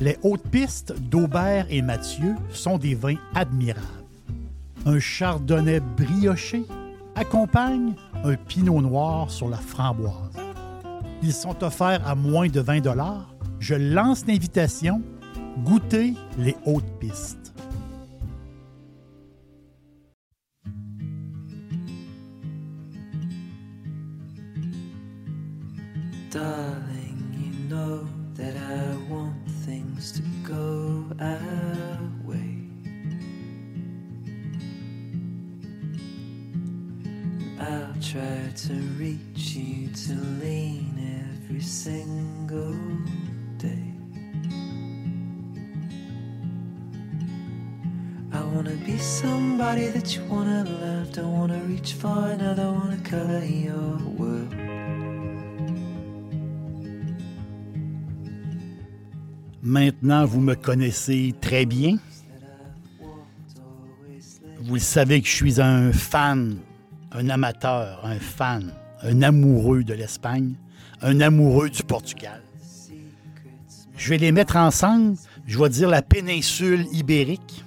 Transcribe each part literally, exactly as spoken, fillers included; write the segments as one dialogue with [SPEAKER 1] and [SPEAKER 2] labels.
[SPEAKER 1] Les hautes pistes d'Aubert et Mathieu sont des vins admirables. Un chardonnay brioché accompagne un pinot noir sur la framboise. Ils sont offerts à moins de vingt dollars. Je lance l'invitation. Goûtez les hautes pistes.
[SPEAKER 2] Darling, you know that I want things to go our way. I'll try to reach you to lean every single day. I wanna be somebody that you wanna love. Don't wanna reach for another, wanna color your world.
[SPEAKER 1] Maintenant, vous me connaissez très bien. Vous le savez que je suis un fan, un amateur, un fan, un amoureux de l'Espagne, un amoureux du Portugal. Je vais les mettre ensemble. Je vais dire la péninsule ibérique.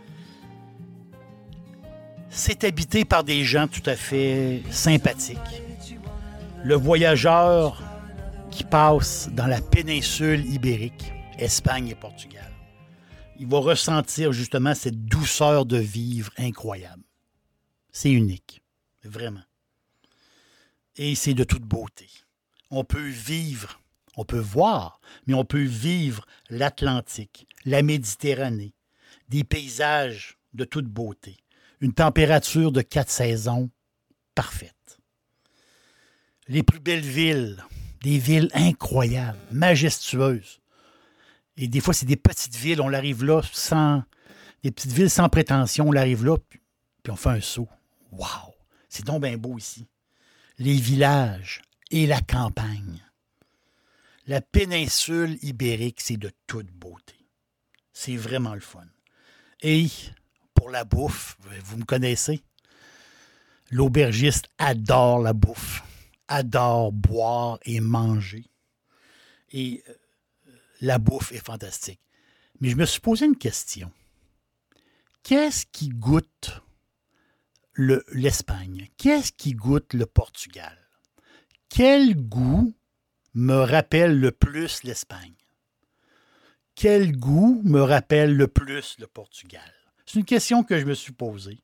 [SPEAKER 1] C'est habité par des gens tout à fait sympathiques. Le voyageur qui passe dans la péninsule ibérique, Espagne et Portugal, il va ressentir justement cette douceur de vivre incroyable. C'est unique, vraiment. Et c'est de toute beauté. On peut vivre, on peut voir, mais on peut vivre l'Atlantique, la Méditerranée, des paysages de toute beauté, une température de quatre saisons parfaite. Les plus belles villes, des villes incroyables, majestueuses. Et des fois, c'est des petites villes, on arrive là sans... Des petites villes sans prétention, on arrive là, puis, puis on fait un saut. Wow! C'est donc bien beau ici. Les villages et la campagne. La péninsule ibérique, c'est de toute beauté. C'est vraiment le fun. Et pour la bouffe, vous me connaissez, l'aubergiste adore la bouffe, adore boire et manger. Et... la bouffe est fantastique. Mais je me suis posé une question. Qu'est-ce qui goûte le, l'Espagne? Qu'est-ce qui goûte le Portugal? Quel goût me rappelle le plus l'Espagne? Quel goût me rappelle le plus le Portugal? C'est une question que je me suis posée.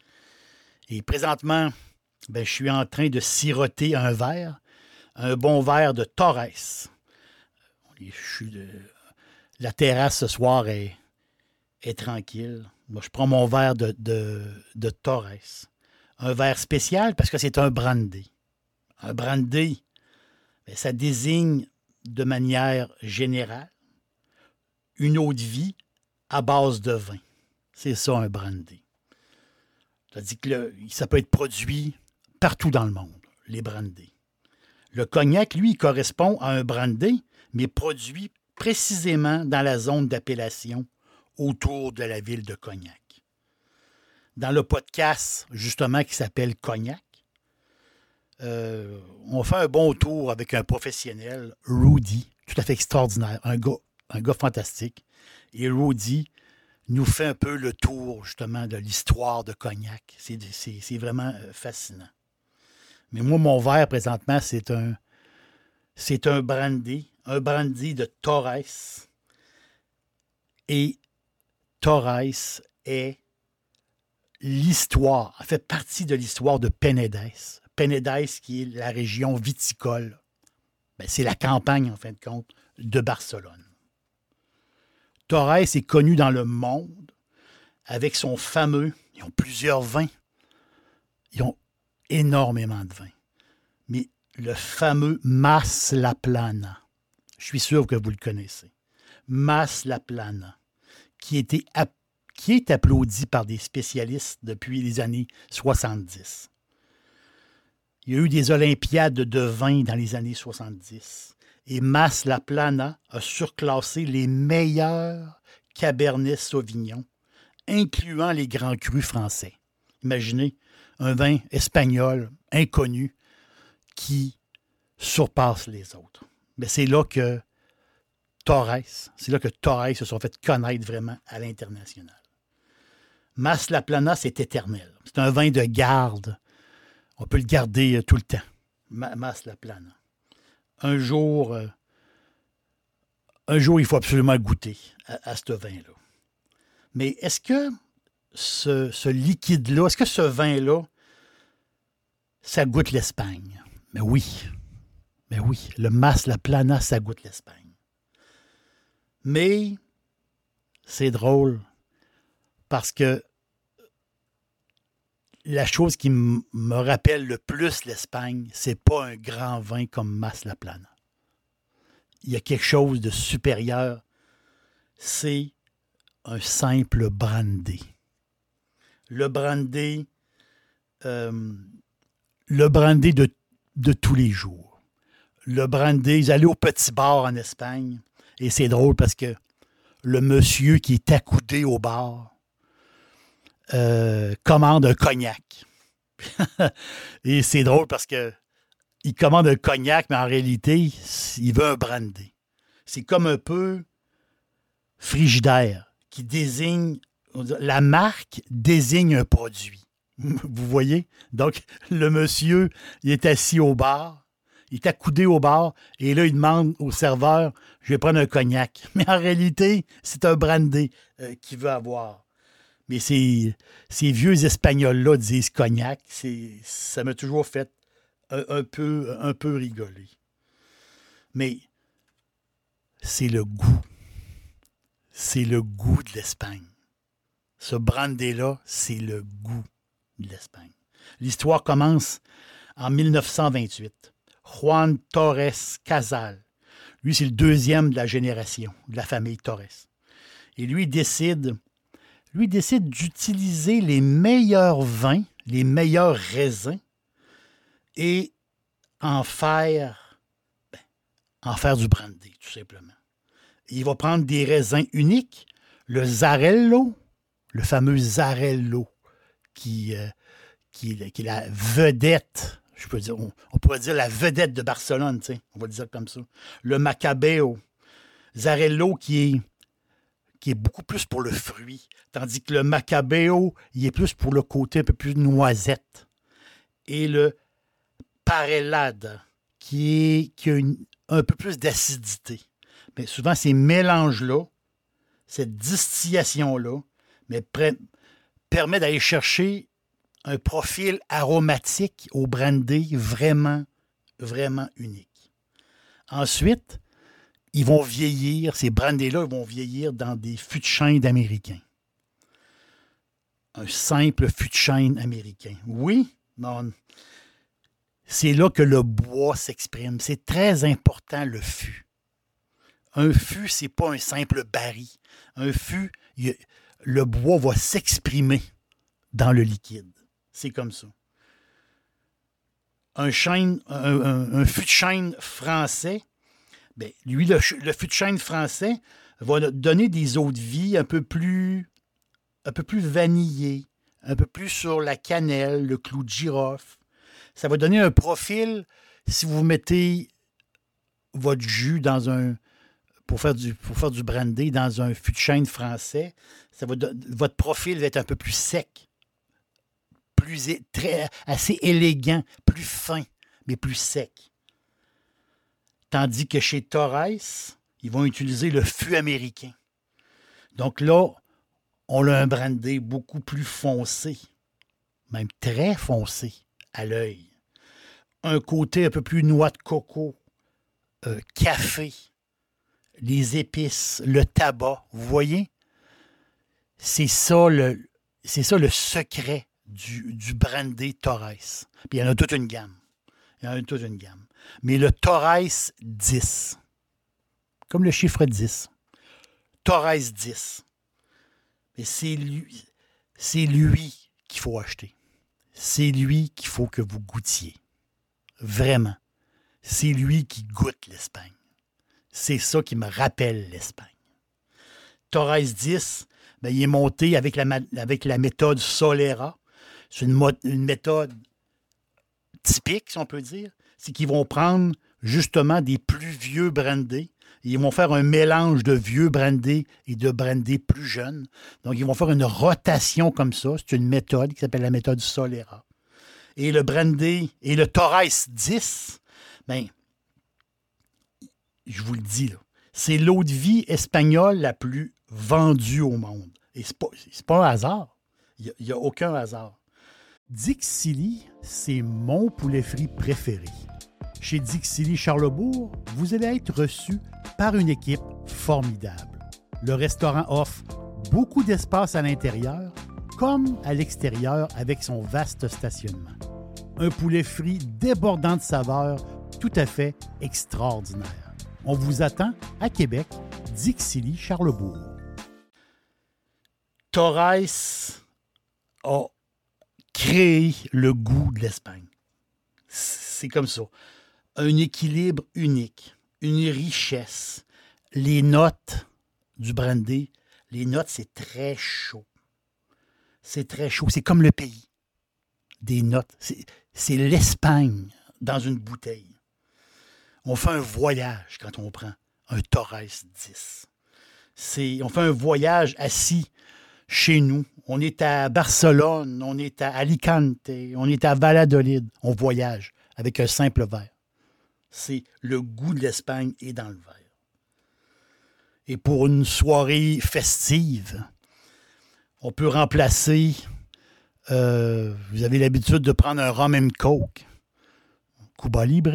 [SPEAKER 1] Et présentement, ben, je suis en train de siroter un verre, un bon verre de Torres. Je suis de... La terrasse ce soir est, est tranquille. Moi, je prends mon verre de, de, de Torres. Un verre spécial parce que c'est un brandy. Un brandy, bien, ça désigne de manière générale une eau de vie à base de vin. C'est ça, un brandy. C'est-à-dire que le, ça peut être produit partout dans le monde, les brandys. Le cognac, lui, il correspond à un brandy, mais produit précisément dans la zone d'appellation autour de la ville de Cognac. Dans le podcast, justement, qui s'appelle Cognac, euh, on fait un bon tour avec un professionnel, Rudy, tout à fait extraordinaire, un gars, un gars fantastique. Et Rudy nous fait un peu le tour, justement, de l'histoire de Cognac. C'est, c'est, c'est vraiment fascinant. Mais moi, mon verre, présentement, c'est un, c'est un brandy. Un brandy de Torres. Et Torres est l'histoire, elle fait partie de l'histoire de Penedès. Penedès, qui est la région viticole. Bien, c'est la campagne, en fin de compte, de Barcelone. Torres est connu dans le monde avec son fameux, ils ont plusieurs vins, ils ont énormément de vins, mais le fameux Mas La Plana. Je suis sûr que vous le connaissez. Mas La Plana, qui, était, qui est applaudi par des spécialistes depuis les années soixante-dix. Il y a eu des Olympiades de vin dans les années soixante-dix. Et Mas La Plana a surclassé les meilleurs Cabernet Sauvignon, incluant les grands crus français. Imaginez un vin espagnol inconnu qui surpasse les autres. Mais c'est là que Torres. C'est là que Torres se sont fait connaître vraiment à l'international. Mas La Plana, c'est éternel. C'est un vin de garde. On peut le garder tout le temps. Mas La Plana. Un jour, euh, un jour, il faut absolument goûter à, à ce vin-là. Mais est-ce que ce, ce liquide-là, est-ce que ce vin-là, ça goûte l'Espagne? Mais oui. Mais oui. Le Mas La Plana, ça goûte l'Espagne. Mais c'est drôle parce que la chose qui m- me rappelle le plus l'Espagne, c'est pas un grand vin comme Mas La Plana. Il y a quelque chose de supérieur. C'est un simple brandy. Le brandy, euh, le brandy de, de tous les jours. Le brandy, j'allais au petit bar en Espagne, et c'est drôle parce que le monsieur qui est accoudé au bar euh, commande un cognac. Et c'est drôle parce que il commande un cognac, mais en réalité, il veut un brandy. C'est comme un peu Frigidaire, qui désigne, la marque désigne un produit. Vous voyez? Donc, le monsieur, il est assis au bar, il est accoudé au bar, et là, il demande au serveur, je vais prendre un cognac. Mais en réalité, c'est un brandy euh, qu'il veut avoir. Mais ces, ces vieux Espagnols-là disent cognac, c'est, ça m'a toujours fait un, un, peu, un peu rigoler. Mais c'est le goût. C'est le goût de l'Espagne. Ce brandy-là, c'est le goût de l'Espagne. L'histoire commence en mille neuf cent vingt-huit. Juan Torres Casal. Lui, c'est le deuxième de la génération, de la famille Torres. Et lui décide, lui décide d'utiliser les meilleurs vins, les meilleurs raisins, et en faire, ben, en faire du brandy, tout simplement. Il va prendre des raisins uniques, le Xarel-lo, le fameux Xarel-lo, qui, euh, qui, qui est la vedette, je peux dire, on, on pourrait dire la vedette de Barcelone, on va le dire comme ça. Le Macabeo, Xarel-lo qui est, qui est beaucoup plus pour le fruit, tandis que le Macabeo, il est plus pour le côté un peu plus noisette. Et le Parellada, qui, est, qui a une, un peu plus d'acidité. Mais souvent, ces mélanges-là, cette distillation-là, mais pré- permet d'aller chercher un profil aromatique au brandy vraiment, vraiment unique. Ensuite, ils vont vieillir, ces brandys-là vont vieillir dans des fûts de chêne américains. Un simple fût de chêne américain. Oui, non. C'est là que le bois s'exprime. C'est très important, le fût. Un fût, c'est pas un simple baril. Un fût, il, le bois va s'exprimer dans le liquide. C'est comme ça. Un, chêne, un, un, un fût de chêne français, bien, lui, le, le fût de chêne français va donner des eaux de vie un peu plus, un peu plus vanillées, un peu plus sur la cannelle, le clou de girofle. Ça va donner un profil, si vous mettez votre jus dans un... Pour faire, du, pour faire du brandy dans un fût de chêne français, ça va, votre profil va être un peu plus sec, plus très, assez élégant, plus fin, mais plus sec. Tandis que chez Torres, ils vont utiliser le fût américain. Donc là, on a un brandy beaucoup plus foncé, même très foncé à l'œil. Un côté un peu plus noix de coco, euh, café, les épices, le tabac, vous voyez? C'est ça le, c'est ça le secret du, du brandy Torres. Puis il y en a toute une gamme. Il y en a toute une gamme. Mais le Torres dix, comme le chiffre dix, Torres dix, mais c'est lui, c'est lui qu'il faut acheter. C'est lui qu'il faut que vous goûtiez. Vraiment. C'est lui qui goûte l'Espagne. C'est ça qui me rappelle l'Espagne. Torres dix, ben, il est monté avec la, avec la méthode Solera. C'est une, mo- une méthode typique, si on peut dire. C'est qu'ils vont prendre justement des plus vieux brandés Ils vont faire un mélange de vieux brandy et de brandy plus jeunes. Donc, ils vont faire une rotation comme ça. C'est une méthode qui s'appelle la méthode Solera. Et le brandy et le Torres dix, bien, je vous le dis, là, c'est l'eau de vie espagnole la plus vendue au monde. Et ce n'est pas, c'est pas un hasard. Il n'y a, a aucun hasard. Dixili, c'est mon poulet frit préféré. Chez Dixili Charlebourg, vous allez être reçu par une équipe formidable. Le restaurant offre beaucoup d'espace à l'intérieur comme à l'extérieur avec son vaste stationnement. Un poulet frit débordant de saveurs, tout à fait extraordinaire. On vous attend à Québec, Dixili Charlebourg. Torres a créé le goût de l'Espagne. C'est comme ça. Un équilibre unique, une richesse. Les notes du brandy, les notes, c'est très chaud. C'est très chaud. C'est comme le pays. Des notes. C'est, c'est l'Espagne dans une bouteille. On fait un voyage quand on prend un Torres dix. C'est, on fait un voyage assis chez nous. On est à Barcelone, on est à Alicante, on est à Valladolid. On voyage avec un simple verre. C'est le goût de l'Espagne est dans le verre. Et pour une soirée festive, on peut remplacer, euh, vous avez l'habitude de prendre un rum and coke, Cuba Libre.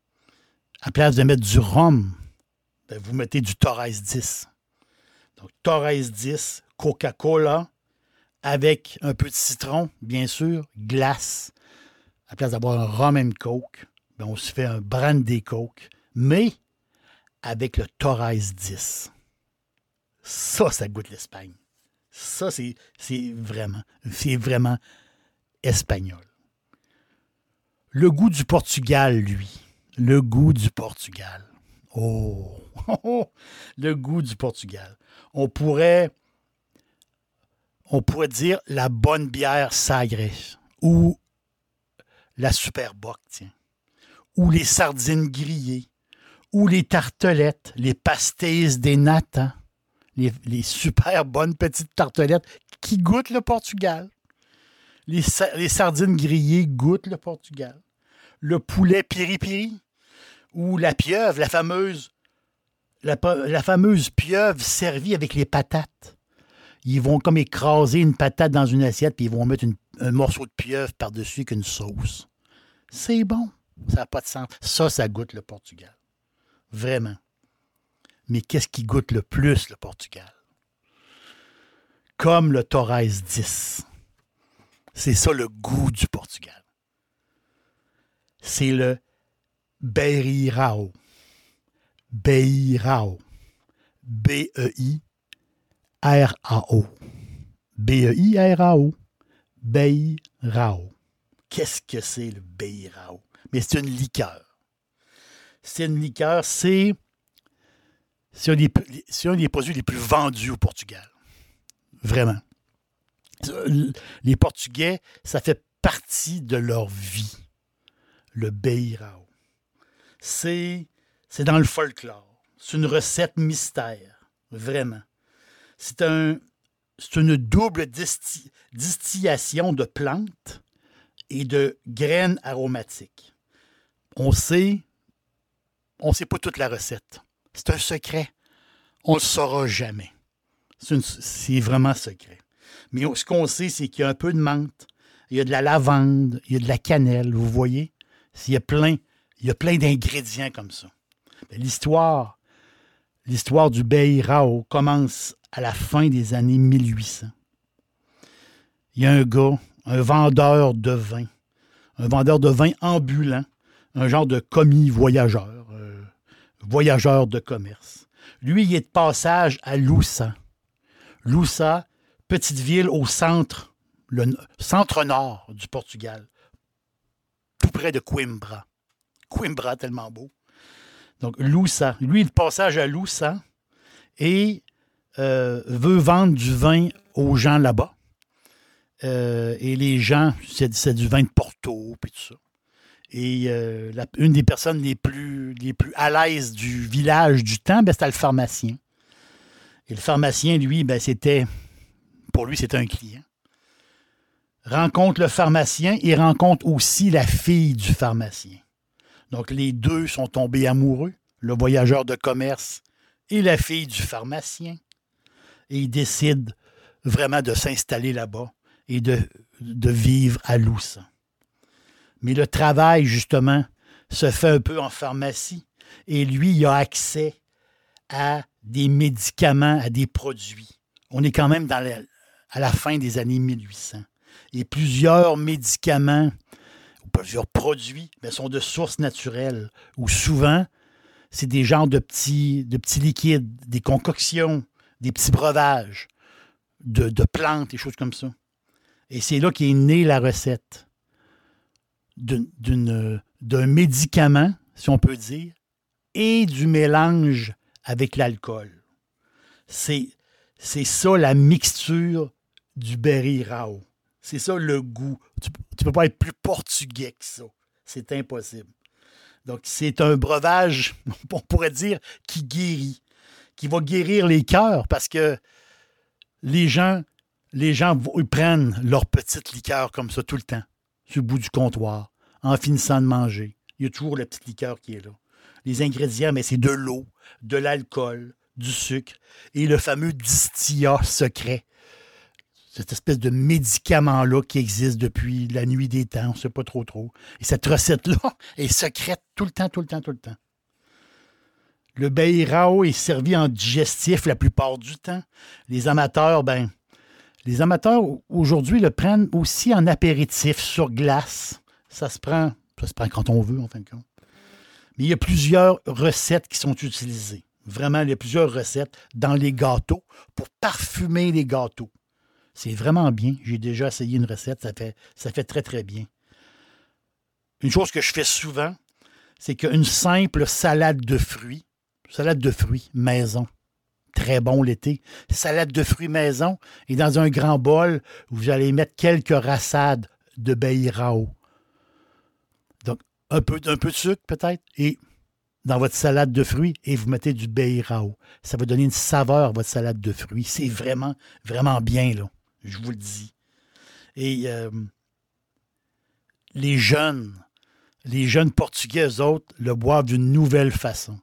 [SPEAKER 1] À place de mettre du rhum, ben vous mettez du Torres dix. Donc, Torres dix, Coca-Cola, avec un peu de citron, bien sûr, glace. À place d'avoir un rum and coke, ben on se fait un brandy coke, mais avec le Torres dix. Ça, ça goûte l'Espagne. Ça, c'est, c'est vraiment, c'est vraiment espagnol. Le goût du Portugal, lui. Le goût du Portugal. Oh! Le goût du Portugal. On pourrait, on pourrait dire la bonne bière Sagres ou la Superboc, tiens, ou les sardines grillées, ou les tartelettes, les pastéis des nata, les, les super bonnes petites tartelettes qui goûtent le Portugal. Les, les sardines grillées goûtent le Portugal. Le poulet piri-piri ou la pieuvre, la fameuse, la, la fameuse pieuvre servie avec les patates. Ils vont comme écraser une patate dans une assiette puis ils vont mettre une, un morceau de pieuvre par-dessus avec une sauce. C'est bon. Ça n'a pas de sens. Ça, ça goûte le Portugal. Vraiment. Mais qu'est-ce qui goûte le plus le Portugal? Comme le Torres dix. C'est ça le goût du Portugal. C'est le Beirao. Beirao. B E I R A O. B E I R A O. Beirao. Qu'est-ce que c'est le Beirao? Mais c'est une liqueur. C'est une liqueur, c'est, c'est, un des, c'est un des produits les plus vendus au Portugal. Vraiment. Les Portugais, ça fait partie de leur vie. Le Beirao. C'est, c'est dans le folklore. C'est une recette mystère. Vraiment. C'est, un, c'est une double disti, distillation de plantes et de graines aromatiques. On sait, on ne sait pas toute la recette. C'est un secret. On ne le saura jamais. C'est, une, c'est vraiment secret. Mais ce qu'on sait, c'est qu'il y a un peu de menthe, il y a de la lavande, il y a de la cannelle, vous voyez? Il y a plein, il y a plein d'ingrédients comme ça. L'histoire, l'histoire du Beirao commence à la fin des années mille huit cents. Il y a un gars, un vendeur de vin, un vendeur de vin ambulant, un genre de commis voyageur, euh, voyageur de commerce. Lui, il est de passage à Loussa. Loussa, petite ville au centre, le centre-nord du Portugal, tout près de Coimbra. Coimbra, tellement beau. Donc, Loussa. Lui, il est de passage à Loussa et euh, veut vendre du vin aux gens là-bas. Euh, et les gens, c'est, c'est du vin de Porto, puis tout ça. Et euh, la, une des personnes les plus, les plus à l'aise du village du temps, ben, c'était le pharmacien. Et le pharmacien, lui, ben, c'était, pour lui, c'était un client. Rencontre le pharmacien et rencontre aussi la fille du pharmacien. Donc, les deux sont tombés amoureux, le voyageur de commerce et la fille du pharmacien. Et ils décident vraiment de s'installer là-bas et de, de vivre à Loussa. Mais le travail, justement, se fait un peu en pharmacie. Et lui, il a accès à des médicaments, à des produits. On est quand même dans la, à la fin des années mille huit cents. Et plusieurs médicaments, ou plusieurs produits, mais sont de sources naturelles, où souvent, c'est des genres de petits, de petits liquides, des concoctions, des petits breuvages de, de plantes, des choses comme ça. Et c'est là qu'est née la recette d'une, d'une, d'un médicament, si on peut dire, et du mélange avec l'alcool. C'est, c'est ça la mixture du Berry Rao. C'est ça le goût. Tu ne peux pas être plus portugais que ça. C'est impossible. Donc, c'est un breuvage, on pourrait dire, qui guérit, qui va guérir les cœurs parce que les gens, les gens ils prennent leur petite liqueur comme ça tout le temps, sur le bout du comptoir, en finissant de manger. Il y a toujours la petite liqueur qui est là. Les ingrédients, mais c'est de l'eau, de l'alcool, du sucre et le fameux distillat secret. Cette espèce de médicament-là qui existe depuis la nuit des temps, on ne sait pas trop trop. Et cette recette-là est secrète tout le temps, tout le temps, tout le temps. Le Berry Rao est servi en digestif la plupart du temps. Les amateurs, ben, les amateurs aujourd'hui le prennent aussi en apéritif sur glace. Ça se prend, ça se prend quand on veut, en fin de compte. Mais il y a plusieurs recettes qui sont utilisées. Vraiment, il y a plusieurs recettes dans les gâteaux pour parfumer les gâteaux. C'est vraiment bien. J'ai déjà essayé une recette. Ça fait, ça fait très, très bien. Une chose que je fais souvent, c'est qu'une simple salade de fruits, salade de fruits maison, très bon l'été, salade de fruits maison, et dans un grand bol, vous allez mettre quelques rassades de Berry Rao. Donc, un peu, un peu de sucre peut-être, et dans votre salade de fruits, et vous mettez du Berry Rao. Ça va donner une saveur à votre salade de fruits. C'est vraiment, vraiment bien, là. Je vous le dis. Et euh, les jeunes, les jeunes Portugais, eux autres, le boivent d'une nouvelle façon.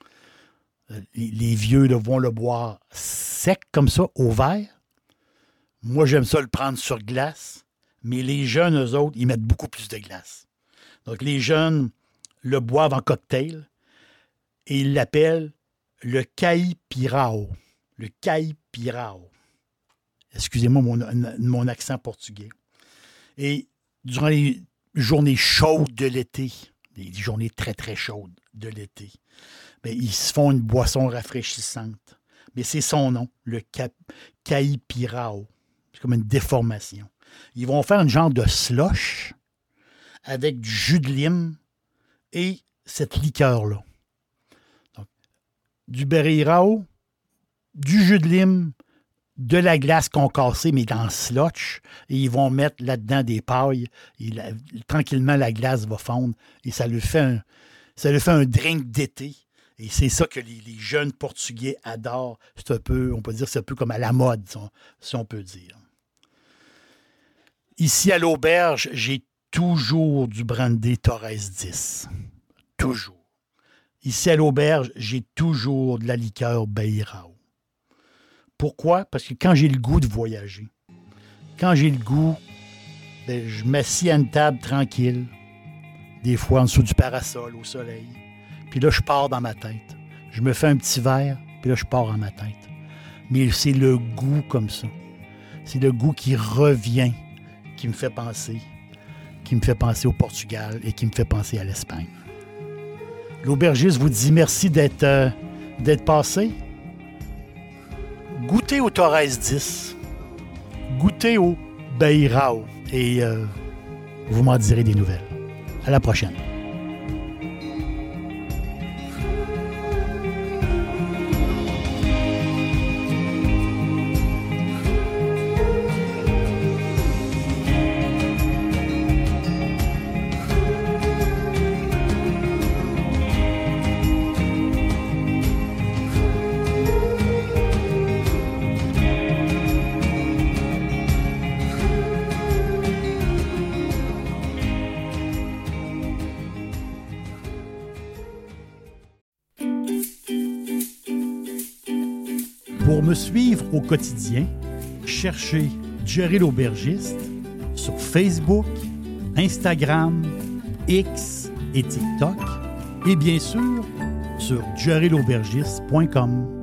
[SPEAKER 1] Les, les vieux là, vont le boire sec comme ça, au verre. Moi, j'aime ça le prendre sur glace. Mais les jeunes, eux autres, ils mettent beaucoup plus de glace. Donc, les jeunes le boivent en cocktail et ils l'appellent le caipirao. Le caipirao. Excusez-moi mon, mon accent portugais. Et durant les journées chaudes de l'été, les journées très, très chaudes de l'été, bien, ils se font une boisson rafraîchissante. Mais c'est son nom, le caipirao. C'est comme une déformation. Ils vont faire une genre de slush avec du jus de lime et cette liqueur-là. Donc, du Berry Rao, du jus de lime, de la glace concassée, mais dans le slush, et ils vont mettre là-dedans des pailles, et la, tranquillement, la glace va fondre, et ça lui fait un, ça lui fait un drink d'été. Et c'est ça que les, les jeunes Portugais adorent. C'est un peu, on peut dire, c'est un peu comme à la mode, si on, si on peut dire. Ici, à l'auberge, j'ai toujours du brandy Torres dix. Toujours. Ici, à l'auberge, j'ai toujours de la liqueur Berry Rao. Pourquoi? Parce que quand j'ai le goût de voyager, quand j'ai le goût, ben, je m'assis à une table tranquille, des fois en dessous du parasol, au soleil. Puis là, je pars dans ma tête. Je me fais un petit verre, puis là, je pars dans ma tête. Mais c'est le goût comme ça. C'est le goût qui revient, qui me fait penser, qui me fait penser au Portugal et qui me fait penser à l'Espagne. L'aubergiste vous dit merci d'être, euh, d'être passé. Goûtez au Torres dix. Goûtez au Berry Rao. Et euh, vous m'en direz des nouvelles. À la prochaine. Pour me suivre au quotidien, cherchez Jerry l'Aubergiste sur Facebook, Instagram, X et TikTok et bien sûr sur jerry l'aubergiste point com.